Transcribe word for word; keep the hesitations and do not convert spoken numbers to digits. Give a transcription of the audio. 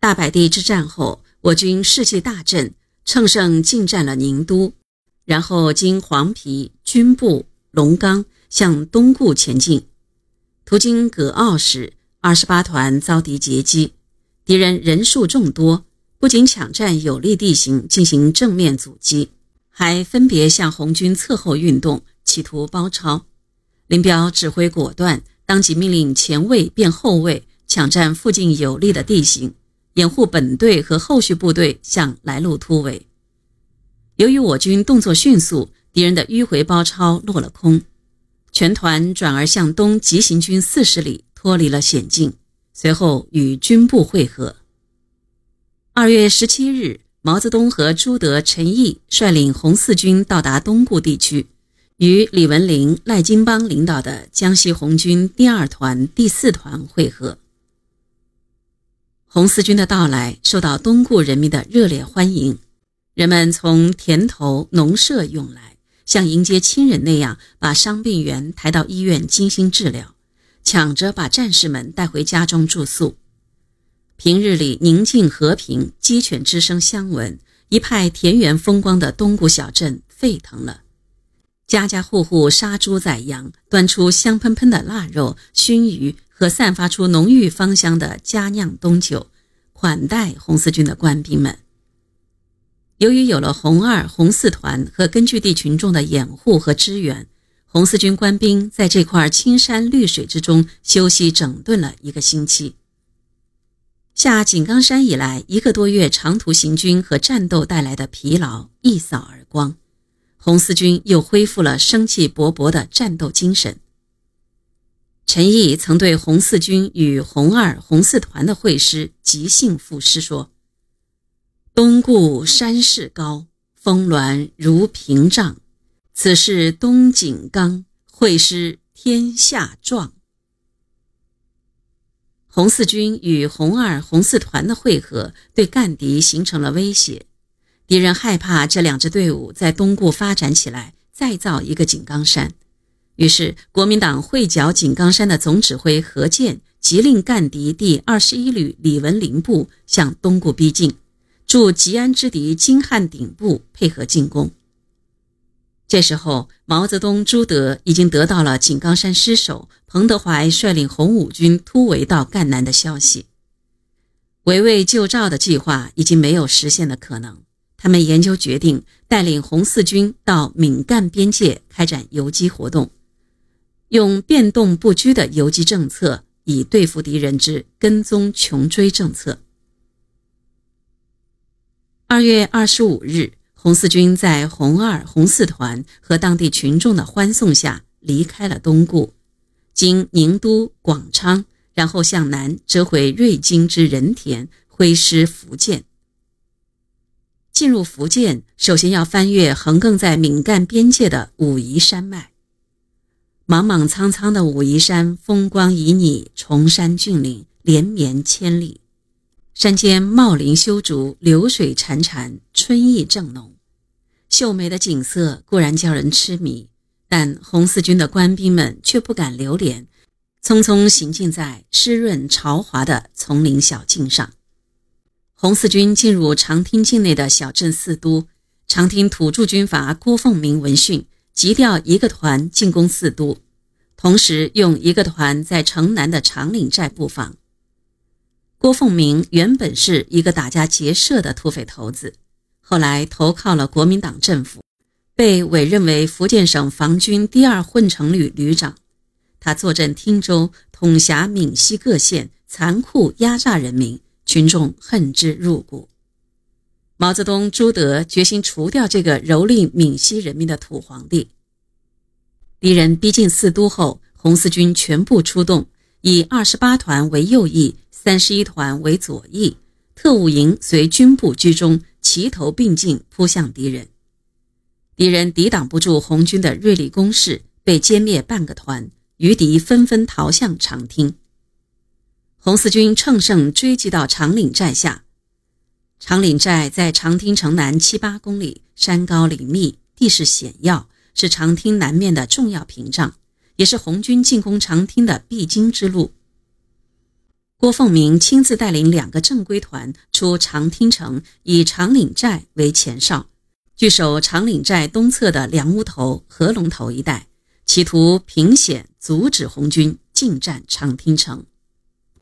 大柏地之战后，我军士气大振，乘胜进占了宁都，然后经黄陂、军部、龙冈向东固前进。途经葛傲时，二十八团遭敌截击，敌人人数众多，不仅抢占有利地形进行正面阻击，还分别向红军侧后运动，企图包抄。林彪指挥果断，当即命令前卫变后卫，抢占附近有利的地形，掩护本队和后续部队向来路突围。由于我军动作迅速，敌人的迂回包抄落了空，全团转而向东急行军四十里，脱离了险境，随后与军部会合。二月十七日，毛泽东和朱德、陈毅率领红四军到达东固地区，与李文林、赖金邦领导的江西红军第二团、第四团会合。红四军的到来受到东固人民的热烈欢迎，人们从田头、农舍涌来，像迎接亲人那样把伤病员抬到医院精心治疗，抢着把战士们带回家中住宿。平日里宁静和平，鸡犬之声相闻，一派田园风光的东固小镇沸腾了。家家户户杀猪宰羊，端出香喷喷的腊肉、熏鱼和散发出浓郁芳香的佳酿冬酒，款待红四军的官兵们。由于有了红二、红四团和根据地群众的掩护和支援，红四军官兵在这块青山绿水之中休息整顿了一个星期。下井冈山以来一个多月长途行军和战斗带来的疲劳一扫而光，红四军又恢复了生气勃勃的战斗精神。陈毅曾对红四军与红二、红四团的会师即兴赋诗说：东固山势高，峰峦如屏障，此是东井冈，会师天下壮。红四军与红二、红四团的会合对干敌形成了威胁，敌人害怕这两支队伍在东固发展起来，再造一个井冈山。于是国民党会剿井冈山的总指挥何键急令干敌第二十一旅李文林部向东固逼近，驻吉安之敌金汉鼎部配合进攻。这时候毛泽东、朱德已经得到了井冈山失守，彭德怀率领红五军突围到赣南的消息。围魏救赵的计划已经没有实现的可能，他们研究决定带领红四军到闽赣边界开展游击活动，用变动不居的游击政策以对付敌人之跟踪穷追政策。二月二十五日，红四军在红二、红四团和当地群众的欢送下离开了东固，经宁都、广昌，然后向南折回瑞金之仁田，挥师福建。进入福建，首先要翻越横亘在闽赣边界的武夷山脉。莽莽苍苍的武夷山风光旖旎，崇山峻岭连绵千里，山间茂林修竹，流水潺潺，春意正浓。秀美的景色固然叫人痴迷，但红四军的官兵们却不敢留连，匆匆行进在湿润潮滑的丛林小径上。红四军进入长汀境内的小镇四都，长汀土著军阀郭凤鸣闻讯，急调一个团进攻四都，同时用一个团在城南的长岭寨布防。郭凤鸣原本是一个打家劫舍的土匪头子，后来投靠了国民党政府，被委任为福建省防军第二混成旅旅长。他坐镇汀州，统辖闽西各县，残酷压榨人民，群众恨之入骨。毛泽东、朱德决心除掉这个蹂躏闽西人民的土皇帝。敌人逼近四都后，红四军全部出动，以二十八团为右翼，三十一团为左翼，特务营随军部居中，齐头并进扑向敌人。敌人抵挡不住红军的锐利攻势，被歼灭半个团，余敌纷纷逃向长汀。红四军乘胜追击到长岭寨下。长岭寨在长汀城南七八公里，山高岭密，地势险要，是长汀南面的重要屏障，也是红军进攻长汀的必经之路。 郭凤鸣亲自带领两个正规团出长汀城，以长岭寨为前哨，据守长岭寨东侧的梁屋头、合龙头一带，企图凭险阻止红军进占长汀城。